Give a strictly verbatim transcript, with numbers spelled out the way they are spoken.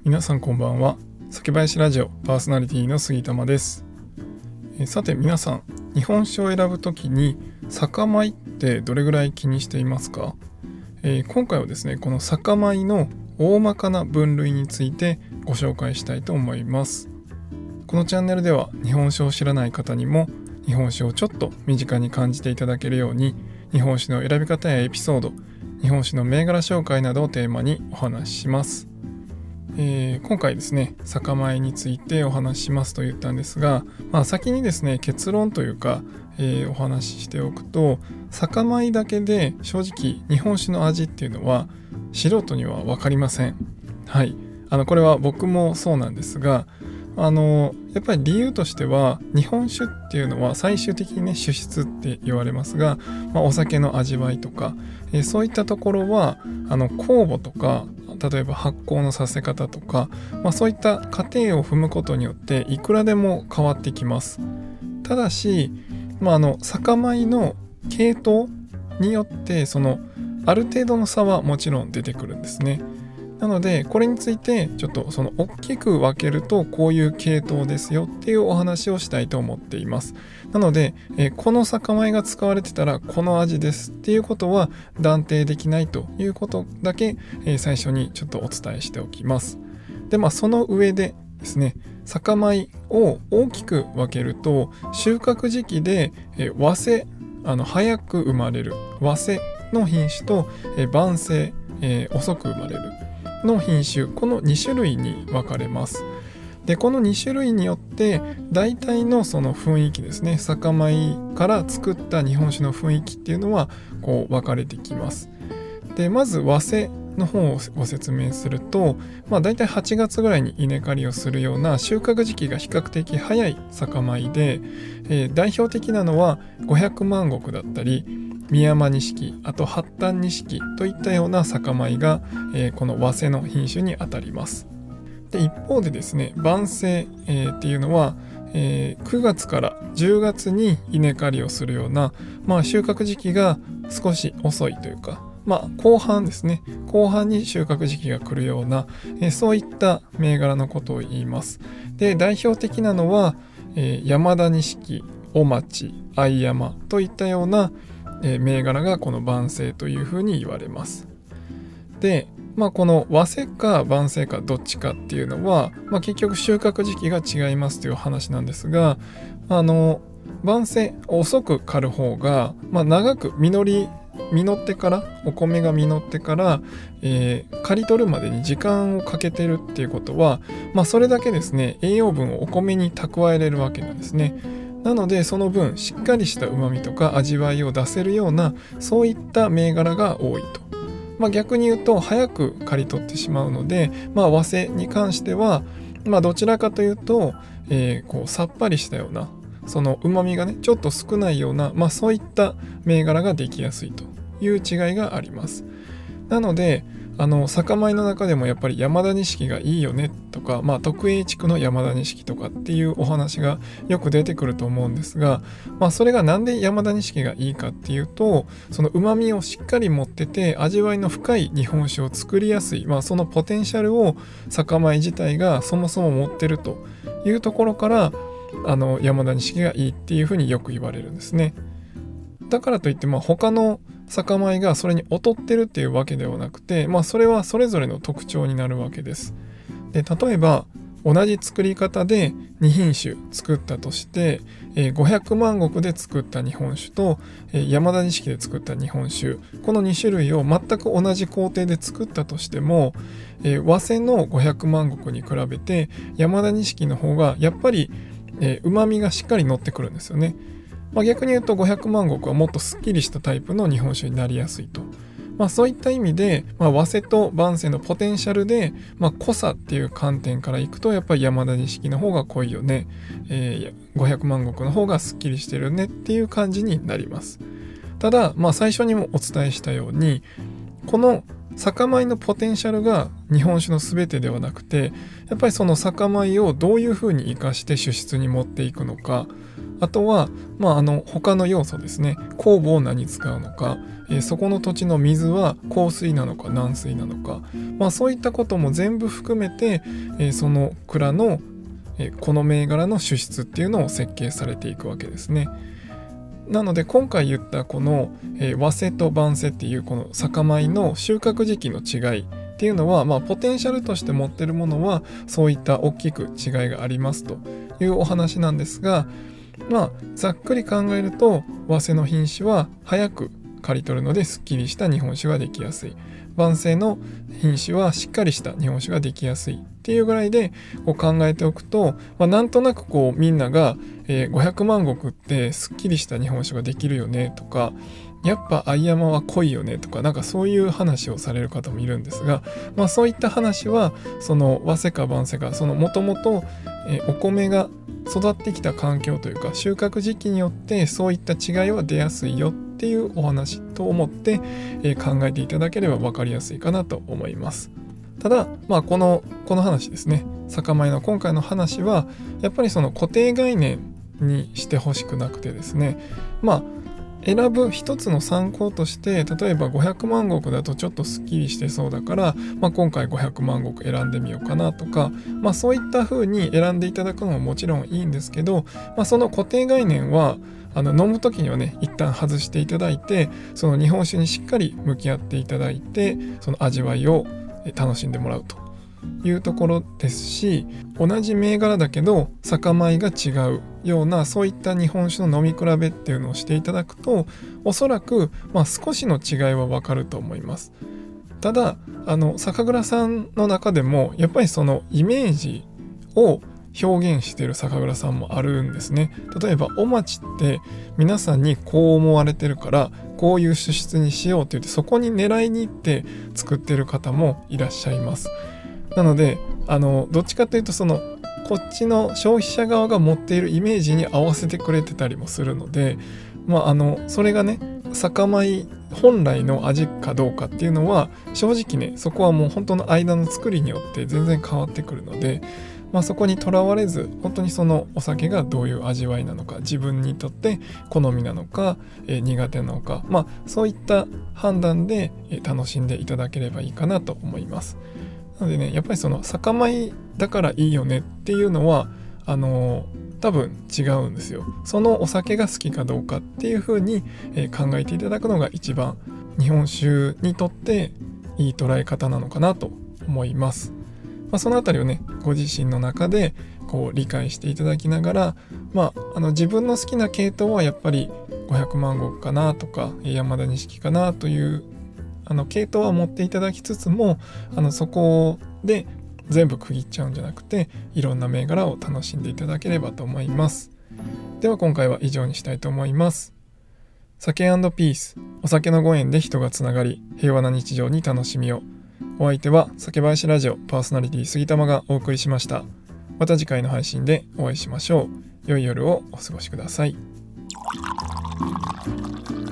皆さんこんばんは。酒林ラジオパーソナリティの杉玉です。えさて皆さん、日本酒を選ぶときに酒米ってどれぐらい気にしていますか？えー、今回はですね、この酒米の大まかな分類についてご紹介したいと思います。このチャンネルでは日本酒を知らない方にも日本酒をちょっと身近に感じていただけるように、日本酒の選び方やエピソード、日本酒の銘柄紹介などをテーマにお話しします。えー、今回ですね、酒米についてお話ししますと言ったんですが、まあ、先にですね結論というか、えー、お話ししておくと、酒米だけで正直日本酒の味っていうのは素人には分かりません。はい、あのこれは僕もそうなんですが、あのやっぱり理由としては、日本酒っていうのは最終的にね酒質って言われますが、まあ、お酒の味わいとか、えー、そういったところはあの酵母とか、例えば発酵のさせ方とか、まあ、そういった過程を踏むことによっていくらでも変わってきます。ただし、まあ、あの酒米の系統によってそのある程度の差はもちろん出てくるんですね。なのでこれについてちょっとその大きく分けるとこういう系統ですよっていうお話をしたいと思っています。なので、えー、この酒米が使われてたらこの味ですっていうことは断定できないということだけ、えー、最初にちょっとお伝えしておきます。で、まあその上でですね、酒米を大きく分けると、収穫時期で、えー、早生、あの早く生まれる早生の品種と、えー、晩生、えー、遅く生まれるの品種、このに種類に分かれます。でこのに種類によって大体のその雰囲気ですね、酒米から作った日本酒の雰囲気っていうのはこう分かれてきます。でまず早生の方をご説明すると、まあ、大体はちがつぐらいに稲刈りをするような収穫時期が比較的早い酒米で、えー、代表的なのはごひゃくまん石だったり三山錦、あと八反錦といったような酒米が、えー、この早生の品種にあたります。で一方でですね、晩生、えー、っていうのは、えー、くがつからじゅうがつに稲刈りをするような、まあ、収穫時期が少し遅いというか、まあ、後半ですね、後半に収穫時期が来るような、えー、そういった銘柄のことを言います。で代表的なのは、えー、山田錦、お町、相山といったようなえー、銘柄がこの晩生というふうに言われます。で、まあ、この早生か晩生かどっちかっていうのは、まあ、結局収穫時期が違いますという話なんですが、あの晩生遅く刈る方が、まあ、長く実り実ってからお米が実ってから、えー、刈り取るまでに時間をかけてるっていうことは、まあ、それだけですね栄養分をお米に蓄えれるわけなんですね。なのでその分しっかりした旨味とか味わいを出せるような、そういった銘柄が多いと。まあ、逆に言うと早く刈り取ってしまうので、まあ、早生に関しては、まあ、どちらかというと、えー、こうさっぱりしたような、その旨味がねちょっと少ないような、まあ、そういった銘柄ができやすいという違いがあります。なのであの酒米の中でもやっぱり山田錦がいいよねとか、まあ、徳永地区の山田錦とかっていうお話がよく出てくると思うんですが、まあ、それがなんで山田錦がいいかっていうと、その旨味をしっかり持ってて味わいの深い日本酒を作りやすい、まあ、そのポテンシャルを酒米自体がそもそも持ってるというところから、あの山田錦がいいっていうふうによく言われるんですね。だからといって、まあ、他の酒米がそれに劣ってるっていうわけではなくて、まあ、それはそれぞれの特徴になるわけです。で例えば同じ作り方でに品種作ったとして、えー、ごひゃくまん石で作った日本酒と、えー、山田錦で作った日本酒、このに種類を全く同じ工程で作ったとしても、えー、早生のごひゃくまん石に比べて山田錦の方がやっぱりうまみがしっかり乗ってくるんですよね。まあ、逆に言うとごひゃくまん石はもっとすっきりしたタイプの日本酒になりやすいと。まあ、そういった意味で、まあ、早生と晩生のポテンシャルで、まあ、濃さっていう観点からいくとやっぱり山田錦の方が濃いよね、えー、ごひゃくまん石の方がすっきりしてるねっていう感じになります。ただ、まあ、最初にもお伝えしたように、この酒米のポテンシャルが日本酒の全てではなくて、やっぱりその酒米をどういうふうに生かして酒質に持っていくのか、あとは、まあ、あの他の要素ですね。酵母を何使うのか、えー、そこの土地の水は硬水なのか軟水なのか、まあ、そういったことも全部含めて、えー、その蔵の、えー、この銘柄の酒質っていうのを設計されていくわけですね。なので今回言ったこの、えー、早生と晩生っていうこの酒米の収穫時期の違いっていうのは、まあ、ポテンシャルとして持ってるものはそういった大きく違いがありますというお話なんですが、まあざっくり考えると早生の品種は早く刈り取るのですっきりした日本酒ができやすい、晩生の品種はしっかりした日本酒ができやすいっていうぐらいでこう考えておくと、まあ、なんとなくこうみんなが、えー、ごひゃくまん石ってすっきりした日本酒ができるよねとか、やっぱ藍山は濃いよねとか、なんかそういう話をされる方もいるんですが、まあそういった話はその早生か晩生か、そのもともとお米が育ってきた環境というか収穫時期によってそういった違いは出やすいよっていうお話と思って、えー、考えていただければ分かりやすいかなと思います。ただ、まあ、このこの話ですね、酒米の今回の話はやっぱりその固定概念にしてほしくなくてですね、まあ選ぶ一つの参考として、例えばごひゃくまん石だとちょっとスッキリしてそうだから、まあ、今回ごひゃくまん石選んでみようかなとか、まあ、そういった風に選んでいただくのももちろんいいんですけど、まあ、その固定概念はあの飲む時にはね一旦外していただいて、その日本酒にしっかり向き合っていただいて、その味わいを楽しんでもらうというところですし、同じ銘柄だけど酒米が違うようなそういった日本酒の飲み比べっていうのをしていただくと、おそらく、まあ、少しの違いはわかると思います。ただあの酒蔵さんの中でもやっぱりそのイメージを表現している酒蔵さんもあるんですね。例えばお町って皆さんにこう思われてるからこういう酒質にしようって言って、そこに狙いに行って作ってる方もいらっしゃいます。なのであのどっちかというとそのこっちの消費者側が持っているイメージに合わせてくれてたりもするので、まああのそれがね酒米本来の味かどうかっていうのは正直ね、そこはもう本当の間の作りによって全然変わってくるので、まあ、そこにとらわれず本当にそのお酒がどういう味わいなのか、自分にとって好みなのか、えー、苦手なのか、まあそういった判断で楽しんでいただければいいかなと思います。なのでね、やっぱりその酒米だからいいよねっていうのはあのー、多分違うんですよ。そのお酒が好きかどうかっていう風に、えー、考えていただくのが一番日本酒にとっていい捉え方なのかなと思います。まあ、そのあたりをねご自身の中でこう理解していただきながら、まあ、あの自分の好きな系統はやっぱりごひゃくまん石かなとか山田錦かなというあの系統は持っていただきつつも、あのそこで全部区切っちゃうんじゃなくていろんな銘柄を楽しんでいただければと思います。では今回は以上にしたいと思います。酒&ピース、お酒のご縁で人がつながり平和な日常に楽しみを。お相手は酒林ラジオパーソナリティ杉玉がお送りしました。また次回の配信でお会いしましょう。良い夜をお過ごしください。